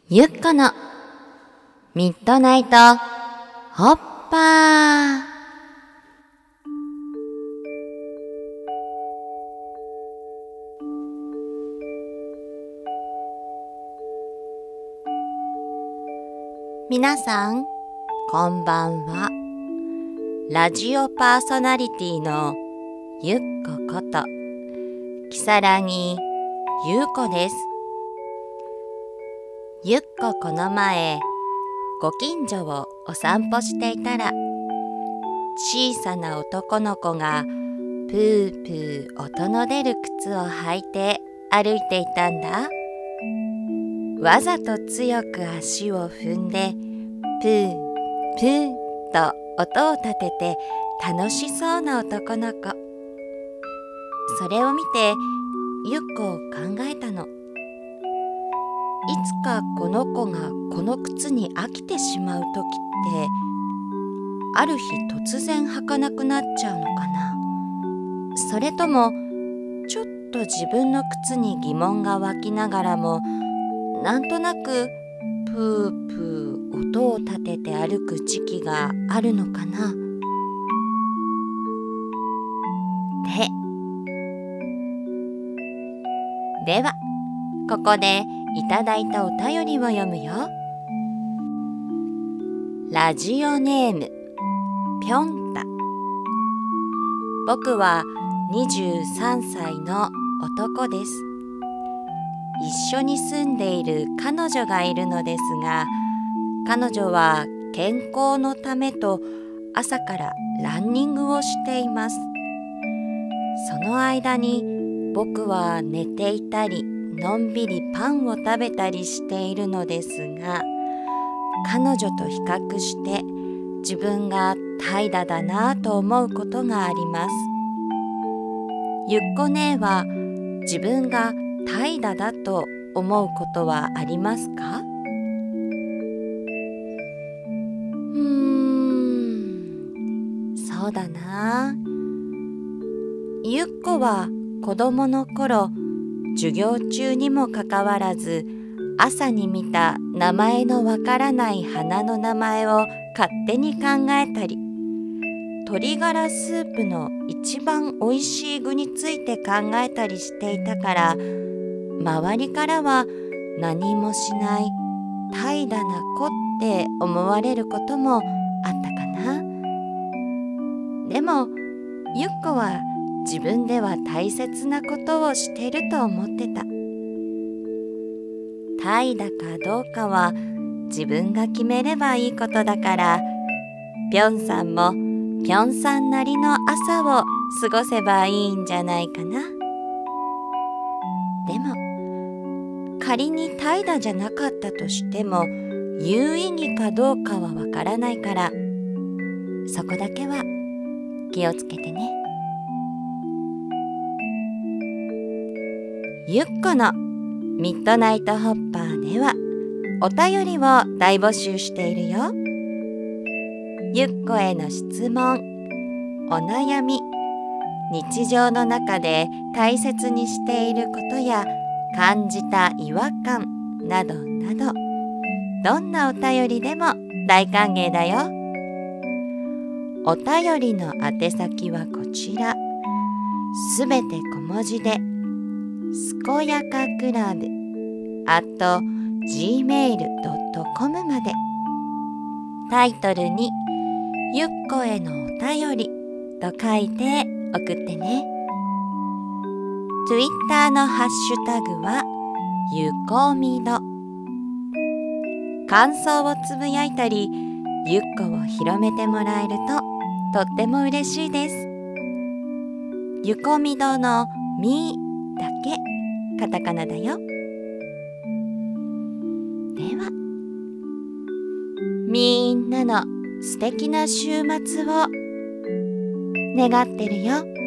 ゆっこのミッドナイトホッパー。皆さんこんばんは。ラジオパーソナリティのゆっここときさらぎゆうこです。ゆっここの前ご近所をお散歩していたら、小さな男の子がプープー音の出る靴を履いて歩いていたんだ。わざと強く足を踏んでプープーと音を立てて楽しそうな男の子。それを見てゆっこ考えたの。いつかこの子がこの靴に飽きてしまう時って、ある日突然履かなくなっちゃうのかな。それともちょっと自分の靴に疑問が湧きながらも、なんとなくプープー音を立てて歩く時期があるのかな。ではここでいただいたお便りを読むよ。ラジオネームぴょんた。僕は23歳の男です。一緒に住んでいる彼女がいるのですが、彼女は健康のためと朝からランニングをしています。その間に僕は寝ていたり、のんびりパンを食べたりしているのですが、彼女と比較して自分が怠惰だなぁと思うことがあります。ゆっこ姉は自分が怠惰だと思うことはありますか？そうだな。ゆっこは子供の頃、授業中にもかかわらず、朝に見た名前のわからない花の名前を勝手に考えたり、鶏ガラスープの一番おいしい具について考えたりしていたから、周りからは何もしない怠惰な子って思われることもあったかな。でもゆっこは自分では大切なことをしてると思ってた。怠惰かどうかは自分が決めればいいことだから、ぴょんさんもぴょんさんなりの朝を過ごせばいいんじゃないかな。でも仮に怠惰じゃなかったとしても、有意義かどうかはわからないから、そこだけは気をつけてね。ゆっこのミッドナイトホッパーではお便りを大募集しているよ。ゆっこへの質問、お悩み、日常の中で大切にしていることや感じた違和感などなど、どんなお便りでも大歓迎だよ。お便りの宛先はこちら。すべて小文字で、すこやかクラブ@gmail.com まで。タイトルにゆっこへのお便りと書いて送ってね。Twitter のハッシュタグはゆこみど。感想をつぶやいたり、ゆっこを広めてもらえるととっても嬉しいです。ゆこみどのみだけカタカナだよ。ではみんなの素敵な週末を願ってるよ。